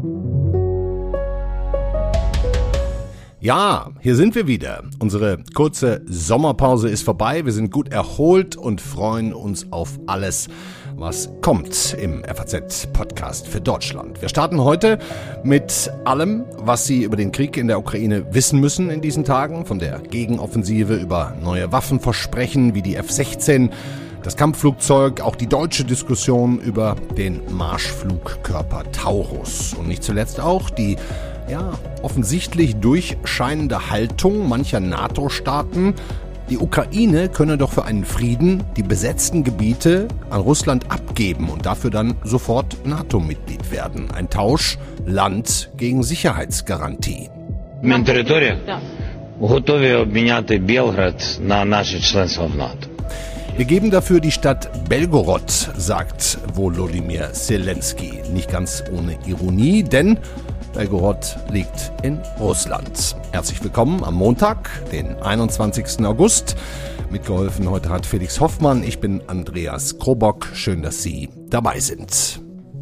Ja, hier sind wir wieder. Unsere kurze Sommerpause ist vorbei. Wir sind gut erholt und freuen uns auf alles, was kommt im FAZ-Podcast für Deutschland. Wir starten heute mit allem, was Sie über den Krieg in der Ukraine wissen müssen in diesen Tagen. Von der Gegenoffensive über neue Waffenversprechen wie die F-16, das Kampfflugzeug, auch die deutsche Diskussion über den Marschflugkörper Taurus. Und nicht zuletzt auch die offensichtlich durchscheinende Haltung mancher NATO-Staaten. Die Ukraine könne doch für einen Frieden die besetzten Gebiete an Russland abgeben und dafür dann sofort NATO-Mitglied werden. Ein Tausch Land gegen Sicherheitsgarantie. Min територія готові обміняти Білград на наше членство в НАТО. Wir geben dafür die Stadt Belgorod, sagt Volodymyr Zelensky. Nicht ganz ohne Ironie, denn Belgorod liegt in Russland. Herzlich willkommen am Montag, den 21. August. Mitgeholfen heute hat Felix Hoffmann. Ich bin Andreas Krobock. Schön, dass Sie dabei sind.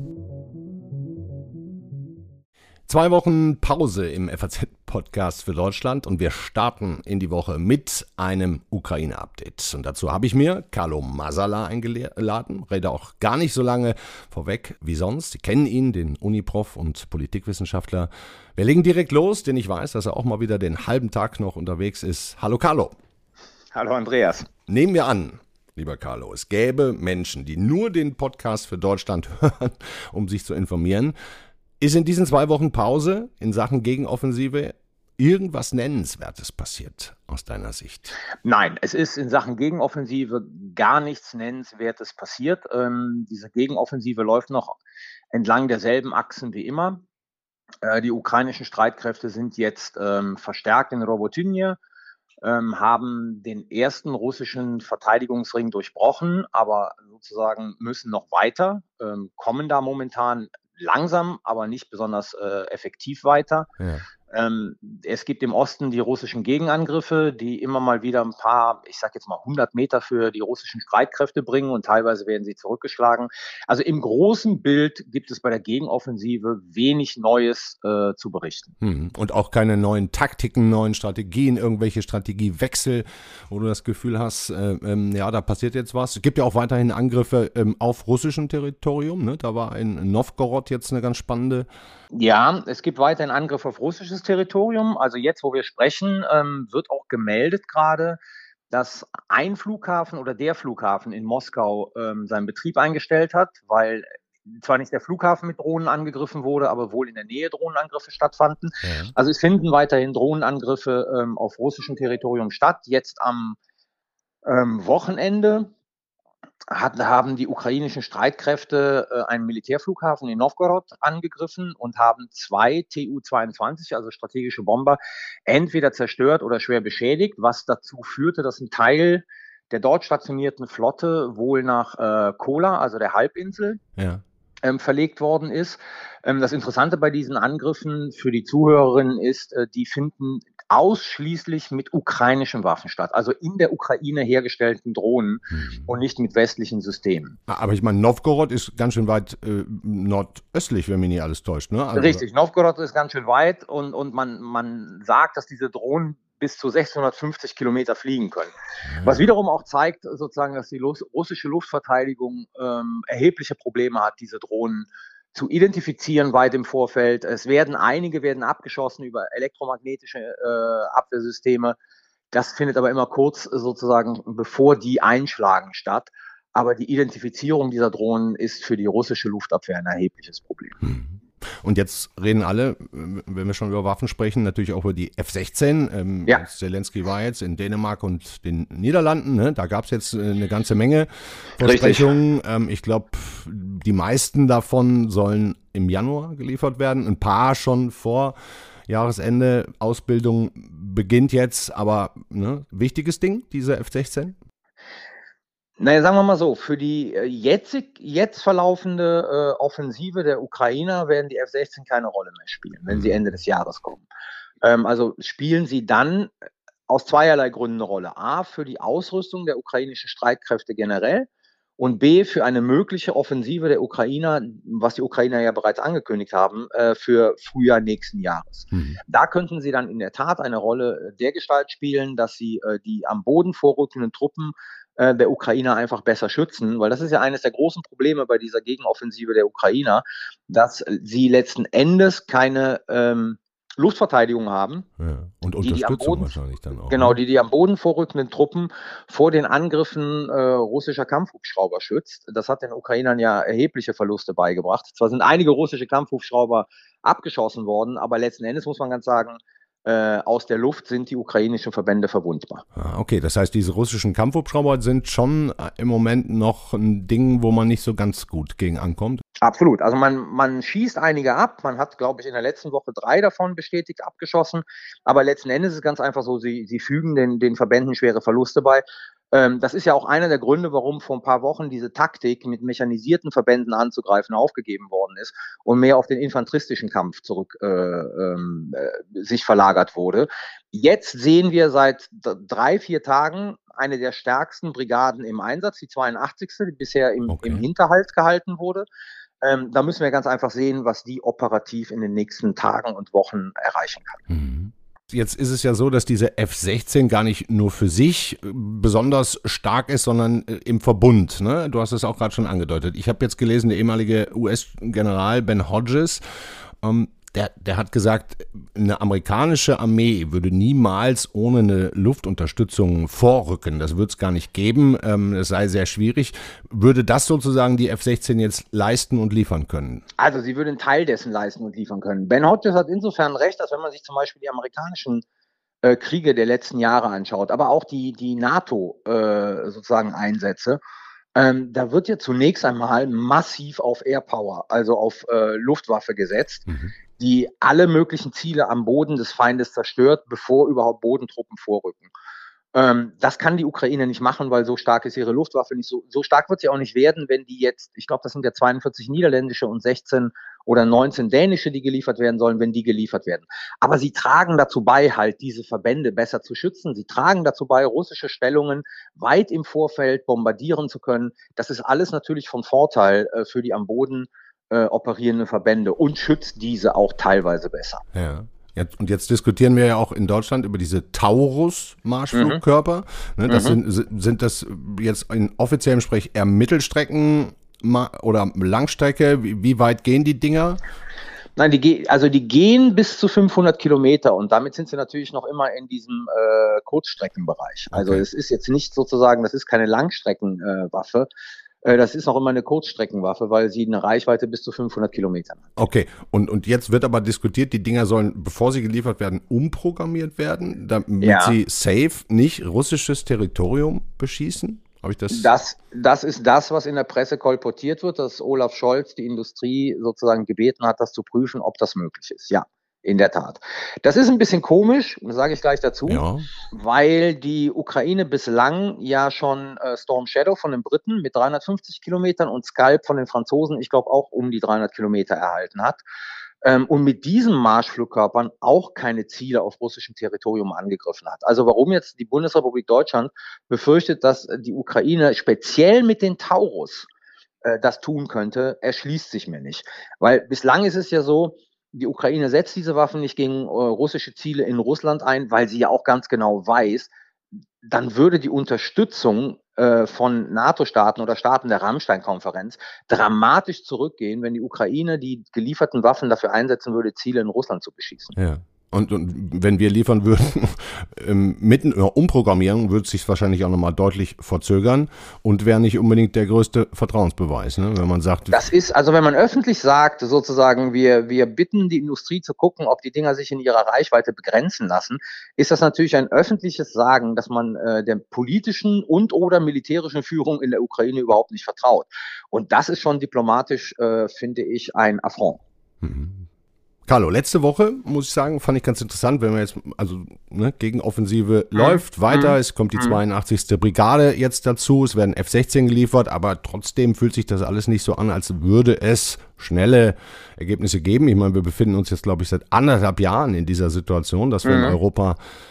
2 Wochen Pause im FAZ-Podcast für Deutschland und wir starten in die Woche mit einem Ukraine-Update. Und dazu habe ich mir Carlo Masala eingeladen, rede auch gar nicht so lange vorweg wie sonst. Sie kennen ihn, den Uniprof und Politikwissenschaftler. Wir legen direkt los, denn ich weiß, dass er auch mal wieder den halben Tag noch unterwegs ist. Hallo Carlo. Hallo Andreas. Nehmen wir an, lieber Carlo, es gäbe Menschen, die nur den Podcast für Deutschland hören, um sich zu informieren. Ist in diesen 2 Wochen Pause in Sachen Gegenoffensive irgendwas Nennenswertes passiert aus deiner Sicht? Nein, es ist in Sachen Gegenoffensive gar nichts Nennenswertes passiert. Diese Gegenoffensive läuft noch entlang derselben Achsen wie immer. Die ukrainischen Streitkräfte sind jetzt verstärkt in Robotyne, haben den ersten russischen Verteidigungsring durchbrochen, aber sozusagen müssen noch weiter, kommen da momentan langsam, aber nicht besonders effektiv weiter. Ja. Es gibt im Osten die russischen Gegenangriffe, die immer mal wieder ein paar, ich sag jetzt mal 100 Meter für die russischen Streitkräfte bringen und teilweise werden sie zurückgeschlagen. Also im großen Bild gibt es bei der Gegenoffensive wenig Neues zu berichten. Und auch keine neuen Taktiken, neuen Strategien, irgendwelche Strategiewechsel, wo du das Gefühl hast, da passiert jetzt was. Es gibt ja auch weiterhin Angriffe auf russischem Territorium, ne? Da war in Novgorod jetzt eine ganz spannende. Ja, es gibt weiterhin Angriffe auf russisches Territorium. Also jetzt, wo wir sprechen, wird auch gemeldet gerade, dass ein Flughafen oder der Flughafen in Moskau seinen Betrieb eingestellt hat, weil zwar nicht der Flughafen mit Drohnen angegriffen wurde, aber wohl in der Nähe Drohnenangriffe stattfanden. Ja. Also es finden weiterhin Drohnenangriffe auf russischem Territorium statt. Jetzt am Wochenende haben die ukrainischen Streitkräfte einen Militärflughafen in Novgorod angegriffen und haben 2 Tu-22, also strategische Bomber, entweder zerstört oder schwer beschädigt, was dazu führte, dass ein Teil der dort stationierten Flotte wohl nach Kola, also der Halbinsel, verlegt worden ist. Das Interessante bei diesen Angriffen für die Zuhörerinnen ist, die finden ausschließlich mit ukrainischen Waffen statt, also in der Ukraine hergestellten Drohnen und nicht mit westlichen Systemen. Aber ich meine, Novgorod ist ganz schön weit nordöstlich, wenn mich nicht alles täuscht, ne? Also richtig, Novgorod ist ganz schön weit und man sagt, dass diese Drohnen bis zu 650 Kilometer fliegen können. Was wiederum auch zeigt, sozusagen, dass die russische Luftverteidigung erhebliche Probleme hat, diese Drohnen zu identifizieren weit im Vorfeld. Einige werden abgeschossen über elektromagnetische Abwehrsysteme. Das findet aber immer kurz sozusagen, bevor die einschlagen, statt. Aber die Identifizierung dieser Drohnen ist für die russische Luftabwehr ein erhebliches Problem. Und jetzt reden alle, wenn wir schon über Waffen sprechen, natürlich auch über die F-16. Zelensky war jetzt in Dänemark und den Niederlanden. Ne? Da gab es jetzt eine ganze Menge Versprechungen. Ich glaube, die meisten davon sollen im Januar geliefert werden. Ein paar schon vor Jahresende. Ausbildung beginnt jetzt. Aber wichtiges Ding, diese F-16? Naja, sagen wir mal so, für die jetzt verlaufende Offensive der Ukrainer werden die F-16 keine Rolle mehr spielen, wenn sie Ende des Jahres kommen. Also spielen sie dann aus zweierlei Gründen eine Rolle. A, für die Ausrüstung der ukrainischen Streitkräfte generell und B, für eine mögliche Offensive der Ukrainer, was die Ukrainer ja bereits angekündigt haben, für Frühjahr nächsten Jahres. Da könnten sie dann in der Tat eine Rolle dergestalt spielen, dass sie die am Boden vorrückenden Truppen der Ukrainer einfach besser schützen, weil das ist ja eines der großen Probleme bei dieser Gegenoffensive der Ukrainer, dass sie letzten Endes keine Luftverteidigung haben. Ja. Und Unterstützung wahrscheinlich dann auch. Genau, die am Boden vorrückenden Truppen vor den Angriffen russischer Kampfhubschrauber schützt. Das hat den Ukrainern ja erhebliche Verluste beigebracht. Zwar sind einige russische Kampfhubschrauber abgeschossen worden, aber letzten Endes muss man ganz sagen, aus der Luft sind die ukrainischen Verbände verwundbar. Okay, das heißt, diese russischen Kampfhubschrauber sind schon im Moment noch ein Ding, wo man nicht so ganz gut gegen ankommt. Absolut. Also man schießt einige ab. Man hat, glaube ich, in der letzten Woche 3 davon bestätigt abgeschossen. Aber letzten Endes ist es ganz einfach so, sie fügen den Verbänden schwere Verluste bei. Das ist ja auch einer der Gründe, warum vor ein paar Wochen diese Taktik mit mechanisierten Verbänden anzugreifen aufgegeben worden ist und mehr auf den infanteristischen Kampf zurück sich verlagert wurde. Jetzt sehen wir seit 3-4 Tagen eine der stärksten Brigaden im Einsatz, die 82., die bisher im Hinterhalt gehalten wurde. Da müssen wir ganz einfach sehen, was die operativ in den nächsten Tagen und Wochen erreichen kann. Jetzt ist es ja so, dass diese F-16 gar nicht nur für sich besonders stark ist, sondern im Verbund. Ne? Du hast es auch gerade schon angedeutet. Ich habe jetzt gelesen, der ehemalige US-General Ben Hodges, der hat gesagt, eine amerikanische Armee würde niemals ohne eine Luftunterstützung vorrücken. Das wird es gar nicht geben. Es sei sehr schwierig. Würde das sozusagen die F-16 jetzt leisten und liefern können? Also sie würde einen Teil dessen leisten und liefern können. Ben Hodges hat insofern recht, dass wenn man sich zum Beispiel die amerikanischen Kriege der letzten Jahre anschaut, aber auch die NATO sozusagen Einsätze, da wird ja zunächst einmal massiv auf Airpower, also auf Luftwaffe gesetzt, die alle möglichen Ziele am Boden des Feindes zerstört, bevor überhaupt Bodentruppen vorrücken. Das kann die Ukraine nicht machen, weil so stark ist ihre Luftwaffe nicht. So stark wird sie auch nicht werden, wenn die jetzt, ich glaube, das sind ja 42 niederländische und 16 oder 19 dänische, die geliefert werden sollen, wenn die geliefert werden. Aber sie tragen dazu bei, halt diese Verbände besser zu schützen. Sie tragen dazu bei, russische Stellungen weit im Vorfeld bombardieren zu können. Das ist alles natürlich von Vorteil für die am Boden operierende Verbände und schützt diese auch teilweise besser. Ja. Und jetzt diskutieren wir ja auch in Deutschland über diese Taurus-Marschflugkörper. Das sind das jetzt in offiziellem Sprech eher Mittelstrecken oder Langstrecke? Wie weit gehen die Dinger? Nein, die gehen bis zu 500 Kilometer und damit sind sie natürlich noch immer in diesem Kurzstreckenbereich. Also es ist jetzt nicht sozusagen, das ist keine Langstreckenwaffe. Das ist noch immer eine Kurzstreckenwaffe, weil sie eine Reichweite bis zu 500 Kilometern hat. Okay, und jetzt wird aber diskutiert, die Dinger sollen, bevor sie geliefert werden, umprogrammiert werden, damit sie safe nicht russisches Territorium beschießen? Habe ich Das ist das, was in der Presse kolportiert wird, dass Olaf Scholz die Industrie sozusagen gebeten hat, das zu prüfen, ob das möglich ist. Ja. In der Tat. Das ist ein bisschen komisch, sage ich gleich dazu, weil die Ukraine bislang ja schon Storm Shadow von den Briten mit 350 Kilometern und Scalp von den Franzosen, ich glaube auch um die 300 Kilometer erhalten hat. Und mit diesen Marschflugkörpern auch keine Ziele auf russischem Territorium angegriffen hat. Also warum jetzt die Bundesrepublik Deutschland befürchtet, dass die Ukraine speziell mit den Taurus das tun könnte, erschließt sich mir nicht. Weil bislang ist es ja so, die Ukraine setzt diese Waffen nicht gegen russische Ziele in Russland ein, weil sie ja auch ganz genau weiß, dann würde die Unterstützung von NATO-Staaten oder Staaten der Rammstein-Konferenz dramatisch zurückgehen, wenn die Ukraine die gelieferten Waffen dafür einsetzen würde, Ziele in Russland zu beschießen. Ja. Und wenn wir liefern würden, mitten umprogrammieren, würde es sich wahrscheinlich auch nochmal deutlich verzögern und wäre nicht unbedingt der größte Vertrauensbeweis, ne? Wenn man sagt. Das ist, also wenn man öffentlich sagt, sozusagen, wir bitten die Industrie zu gucken, ob die Dinger sich in ihrer Reichweite begrenzen lassen, ist das natürlich ein öffentliches Sagen, dass man der politischen und oder militärischen Führung in der Ukraine überhaupt nicht vertraut. Und das ist schon diplomatisch, finde ich, ein Affront. Carlo, letzte Woche, muss ich sagen, fand ich ganz interessant, wenn man jetzt, also Gegenoffensive läuft weiter, es kommt die 82. Brigade jetzt dazu, es werden F-16 geliefert, aber trotzdem fühlt sich das alles nicht so an, als würde es schnelle Ergebnisse geben. Ich meine, wir befinden uns jetzt, glaube ich, seit 1,5 Jahren in dieser Situation, dass wir in Europa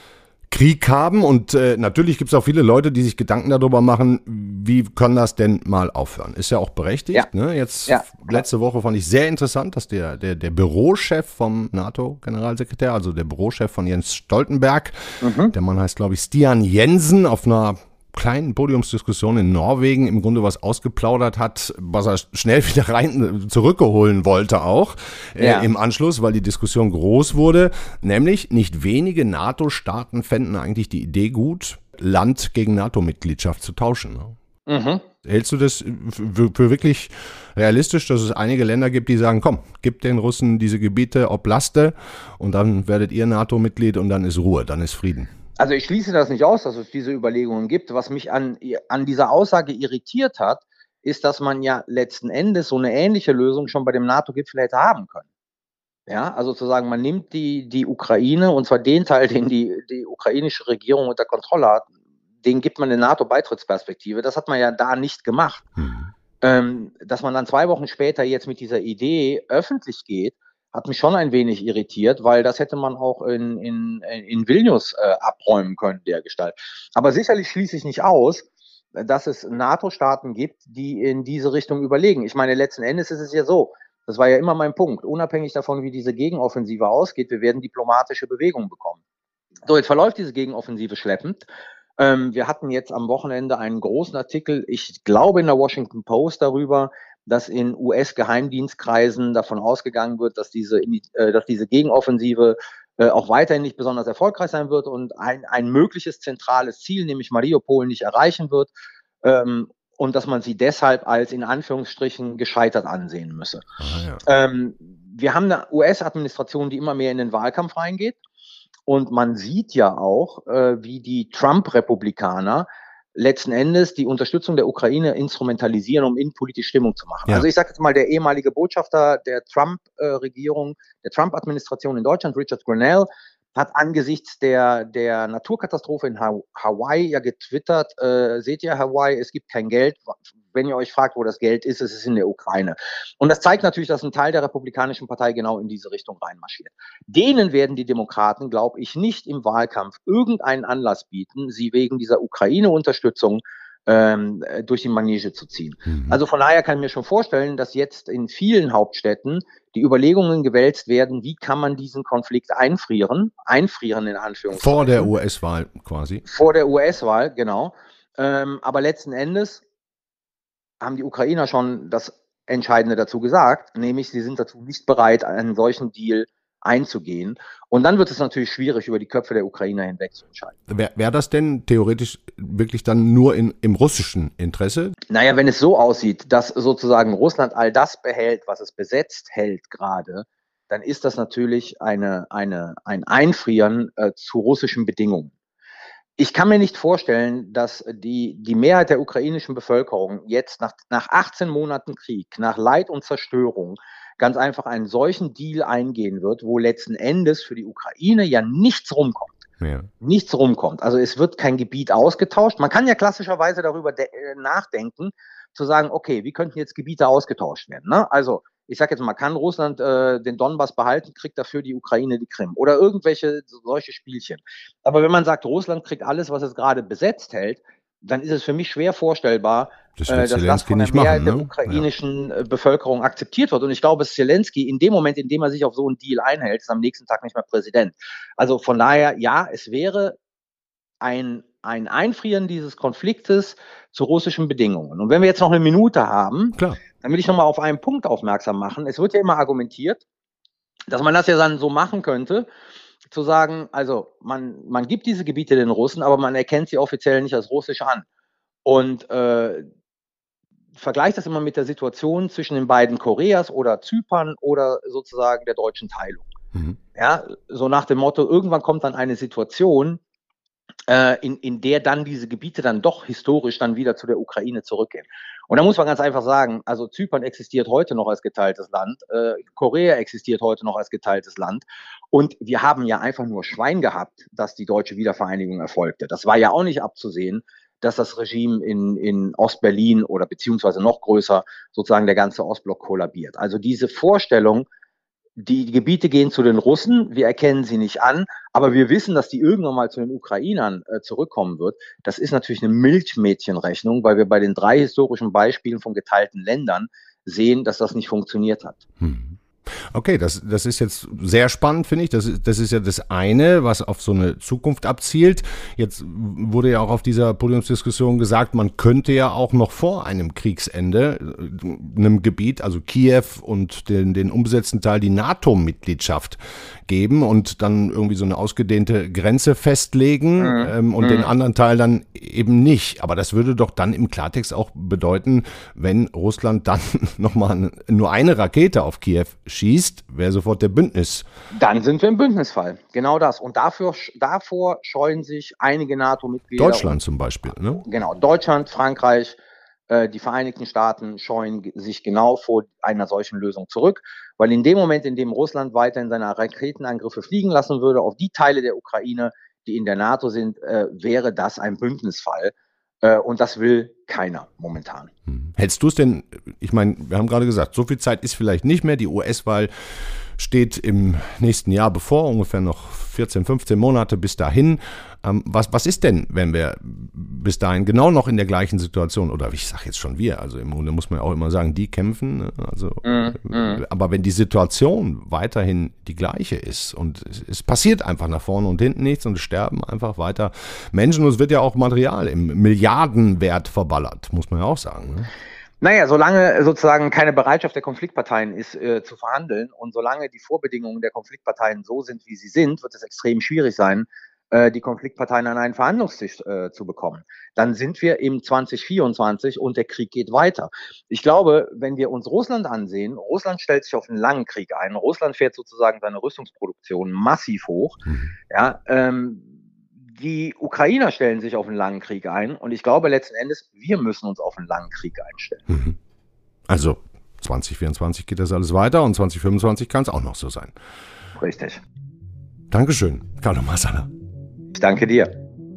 Krieg haben und natürlich gibt es auch viele Leute, die sich Gedanken darüber machen, wie kann das denn mal aufhören? Ist ja auch berechtigt. Ne? Jetzt letzte Woche fand ich sehr interessant, dass der Bürochef vom NATO-Generalsekretär, also der Bürochef von Jens Stoltenberg, der Mann heißt, glaube ich, Stian Jensen, auf einer kleinen Podiumsdiskussion in Norwegen im Grunde was ausgeplaudert hat, was er schnell wieder zurückholen wollte auch im Anschluss, weil die Diskussion groß wurde. Nämlich nicht wenige NATO-Staaten fänden eigentlich die Idee gut, Land gegen NATO-Mitgliedschaft zu tauschen. Hältst du das für wirklich realistisch, dass es einige Länder gibt, die sagen, komm, gib den Russen diese Gebiete oblaste und dann werdet ihr NATO-Mitglied und dann ist Ruhe, dann ist Frieden? Also ich schließe das nicht aus, dass es diese Überlegungen gibt. Was mich an dieser Aussage irritiert hat, ist, dass man ja letzten Endes so eine ähnliche Lösung schon bei dem NATO-Gipfel hätte haben können. Ja, also zu sagen, man nimmt die Ukraine, und zwar den Teil, den die ukrainische Regierung unter Kontrolle hat, den gibt man eine NATO-Beitrittsperspektive. Das hat man ja da nicht gemacht. Dass man dann 2 Wochen später jetzt mit dieser Idee öffentlich geht, hat mich schon ein wenig irritiert, weil das hätte man auch in Vilnius abräumen können, dergestalt. Aber sicherlich schließe ich nicht aus, dass es NATO-Staaten gibt, die in diese Richtung überlegen. Ich meine, letzten Endes ist es ja so, das war ja immer mein Punkt, unabhängig davon, wie diese Gegenoffensive ausgeht, wir werden diplomatische Bewegungen bekommen. So, jetzt verläuft diese Gegenoffensive schleppend. Wir hatten jetzt am Wochenende einen großen Artikel, ich glaube in der Washington Post, darüber, dass in US-Geheimdienstkreisen davon ausgegangen wird, dass diese Gegenoffensive auch weiterhin nicht besonders erfolgreich sein wird und ein mögliches zentrales Ziel, nämlich Mariupol, nicht erreichen wird und dass man sie deshalb als in Anführungsstrichen gescheitert ansehen müsse. Wir haben eine US-Administration, die immer mehr in den Wahlkampf reingeht. Und man sieht ja auch, wie die Trump-Republikaner letzten Endes die Unterstützung der Ukraine instrumentalisieren, um innenpolitisch Stimmung zu machen. Ja. Also ich sage jetzt mal, der ehemalige Botschafter der Trump-Regierung, der Trump-Administration in Deutschland, Richard Grenell, hat angesichts der Naturkatastrophe in Hawaii ja getwittert, seht ihr Hawaii, es gibt kein Geld. Wenn ihr euch fragt, wo das Geld ist, es ist in der Ukraine. Und das zeigt natürlich, dass ein Teil der Republikanischen Partei genau in diese Richtung reinmarschiert. Denen werden die Demokraten, glaube ich, nicht im Wahlkampf irgendeinen Anlass bieten, sie wegen dieser Ukraine-Unterstützung durch die Manege zu ziehen. Also von daher kann ich mir schon vorstellen, dass jetzt in vielen Hauptstädten die Überlegungen gewälzt werden, wie kann man diesen Konflikt einfrieren in Anführungszeichen. Vor der US-Wahl quasi. Vor der US-Wahl, genau. Aber letzten Endes haben die Ukrainer schon das Entscheidende dazu gesagt, nämlich sie sind dazu nicht bereit, einen solchen Deal einzugehen. Und dann wird es natürlich schwierig, über die Köpfe der Ukrainer hinweg zu entscheiden. Wäre das denn theoretisch wirklich dann nur im russischen Interesse? Naja, wenn es so aussieht, dass sozusagen Russland all das behält, was es besetzt hält gerade, dann ist das natürlich ein Einfrieren zu russischen Bedingungen. Ich kann mir nicht vorstellen, dass die Mehrheit der ukrainischen Bevölkerung jetzt nach 18 Monaten Krieg, nach Leid und Zerstörung, ganz einfach einen solchen Deal eingehen wird, wo letzten Endes für die Ukraine ja nichts rumkommt. Ja. Nichts rumkommt. Also es wird kein Gebiet ausgetauscht. Man kann ja klassischerweise darüber nachdenken, zu sagen, okay, wie könnten jetzt Gebiete ausgetauscht werden? Ne? Also ich sage jetzt mal, kann Russland den Donbass behalten, kriegt dafür die Ukraine die Krim oder irgendwelche solche Spielchen. Aber wenn man sagt, Russland kriegt alles, was es gerade besetzt hält, dann ist es für mich schwer vorstellbar, dass das von der Mehrheit der ukrainischen Bevölkerung akzeptiert wird. Und ich glaube, Zelensky in dem Moment, in dem er sich auf so einen Deal einhält, ist am nächsten Tag nicht mehr Präsident. Also von daher, ja, es wäre ein Einfrieren dieses Konfliktes zu russischen Bedingungen. Und wenn wir jetzt noch eine Minute haben, klar, dann will ich nochmal auf einen Punkt aufmerksam machen. Es wird ja immer argumentiert, dass man das ja dann so machen könnte, zu sagen, also man gibt diese Gebiete den Russen, aber man erkennt sie offiziell nicht als russisch an. Und vergleicht das immer mit der Situation zwischen den beiden Koreas oder Zypern oder sozusagen der deutschen Teilung. Ja, so nach dem Motto, irgendwann kommt dann eine Situation, in der dann diese Gebiete dann doch historisch dann wieder zu der Ukraine zurückgehen. Und da muss man ganz einfach sagen, also Zypern existiert heute noch als geteiltes Land, Korea existiert heute noch als geteiltes Land und wir haben ja einfach nur Schwein gehabt, dass die deutsche Wiedervereinigung erfolgte. Das war ja auch nicht abzusehen, dass das Regime in Ostberlin oder beziehungsweise noch größer sozusagen der ganze Ostblock kollabiert. Also diese Vorstellung, die Gebiete gehen zu den Russen, wir erkennen sie nicht an, aber wir wissen, dass die irgendwann mal zu den Ukrainern zurückkommen wird. Das ist natürlich eine Milchmädchenrechnung, weil wir bei den 3 historischen Beispielen von geteilten Ländern sehen, dass das nicht funktioniert hat. Okay, das ist jetzt sehr spannend, finde ich. Das ist ja das eine, was auf so eine Zukunft abzielt. Jetzt wurde ja auch auf dieser Podiumsdiskussion gesagt, man könnte ja auch noch vor einem Kriegsende einem Gebiet, also Kiew und den umbesetzten Teil, die NATO-Mitgliedschaft geben und dann irgendwie so eine ausgedehnte Grenze festlegen und den anderen Teil dann eben nicht. Aber das würde doch dann im Klartext auch bedeuten, wenn Russland dann nochmal nur eine Rakete auf Kiew schießt, wäre sofort der Bündnis. Dann sind wir im Bündnisfall. Genau das. Und davor scheuen sich einige NATO-Mitglieder. Deutschland zum Beispiel, ne? Genau. Deutschland, Frankreich, die Vereinigten Staaten scheuen sich genau vor einer solchen Lösung zurück. Weil in dem Moment, in dem Russland weiterhin seine Raketenangriffe fliegen lassen würde auf die Teile der Ukraine, die in der NATO sind, wäre das ein Bündnisfall. Und das will keiner momentan. Hältst du es denn, ich meine, wir haben gerade gesagt, so viel Zeit ist vielleicht nicht mehr. Die US-Wahl steht im nächsten Jahr bevor, ungefähr noch 14, 15 Monate bis dahin. Was ist denn, wenn wir bis dahin genau noch in der gleichen Situation, oder ich sage jetzt schon wir, also im Grunde muss man auch immer sagen, die kämpfen, ne? Also, aber wenn die Situation weiterhin die gleiche ist und es passiert einfach nach vorne und hinten nichts und es sterben einfach weiter Menschen und es wird ja auch Material im Milliardenwert verballert, muss man ja auch sagen, ne? Naja, solange sozusagen keine Bereitschaft der Konfliktparteien ist, zu verhandeln und solange die Vorbedingungen der Konfliktparteien so sind, wie sie sind, wird es extrem schwierig sein, die Konfliktparteien an einen Verhandlungstisch zu bekommen. Dann sind wir im 2024 und der Krieg geht weiter. Ich glaube, wenn wir uns Russland ansehen, Russland stellt sich auf einen langen Krieg ein. Russland fährt sozusagen seine Rüstungsproduktion massiv hoch. Ja, die Ukrainer stellen sich auf einen langen Krieg ein und ich glaube letzten Endes, wir müssen uns auf einen langen Krieg einstellen. Also 2024 geht das alles weiter und 2025 kann es auch noch so sein. Richtig. Dankeschön, Carlo Marsala. Ich danke dir.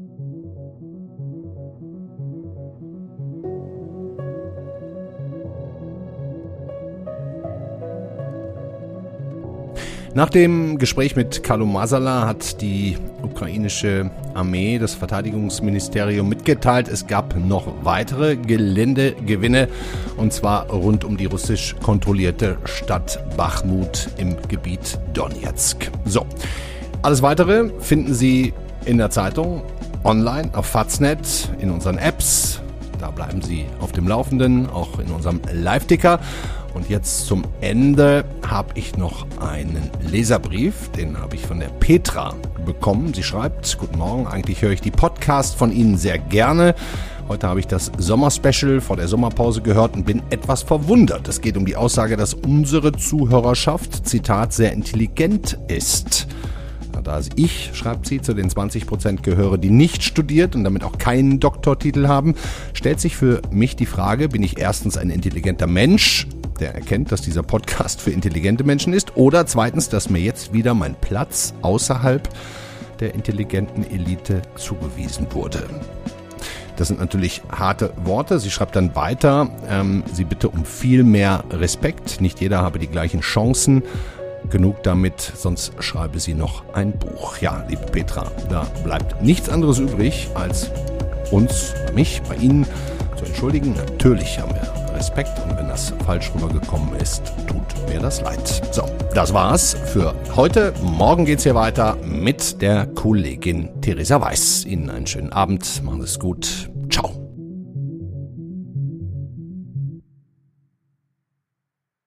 Nach dem Gespräch mit Carlo Marsala hat die ukrainische Armee, das Verteidigungsministerium mitgeteilt, es gab noch weitere Geländegewinne und zwar rund um die russisch kontrollierte Stadt Bachmut im Gebiet Donetsk. So, alles Weitere finden Sie in der Zeitung, online, auf Faznet, in unseren Apps. Da bleiben Sie auf dem Laufenden, auch in unserem Live-Ticker. Und jetzt zum Ende habe ich noch einen Leserbrief, den habe ich von der Petra bekommen. Sie schreibt, guten Morgen, eigentlich höre ich die Podcasts von Ihnen sehr gerne. Heute habe ich das Sommerspecial vor der Sommerpause gehört und bin etwas verwundert. Es geht um die Aussage, dass unsere Zuhörerschaft, Zitat, sehr intelligent ist. Da ich, schreibt sie, zu den 20% gehöre, die nicht studiert und damit auch keinen Doktortitel haben, stellt sich für mich die Frage, bin ich erstens ein intelligenter Mensch, der erkennt, dass dieser Podcast für intelligente Menschen ist, oder zweitens, dass mir jetzt wieder mein Platz außerhalb der intelligenten Elite zugewiesen wurde. Das sind natürlich harte Worte. Sie schreibt dann weiter, sie bitte um viel mehr Respekt. Nicht jeder habe die gleichen Chancen. Genug damit, sonst schreibe sie noch ein Buch. Ja, liebe Petra, da bleibt nichts anderes übrig, als uns, mich, bei Ihnen zu entschuldigen. Natürlich haben wir Respekt und wenn das falsch rübergekommen ist, tut mir das leid. So, das war's für heute. Morgen geht's hier weiter mit der Kollegin Theresa Weiß. Ihnen einen schönen Abend, machen Sie es gut.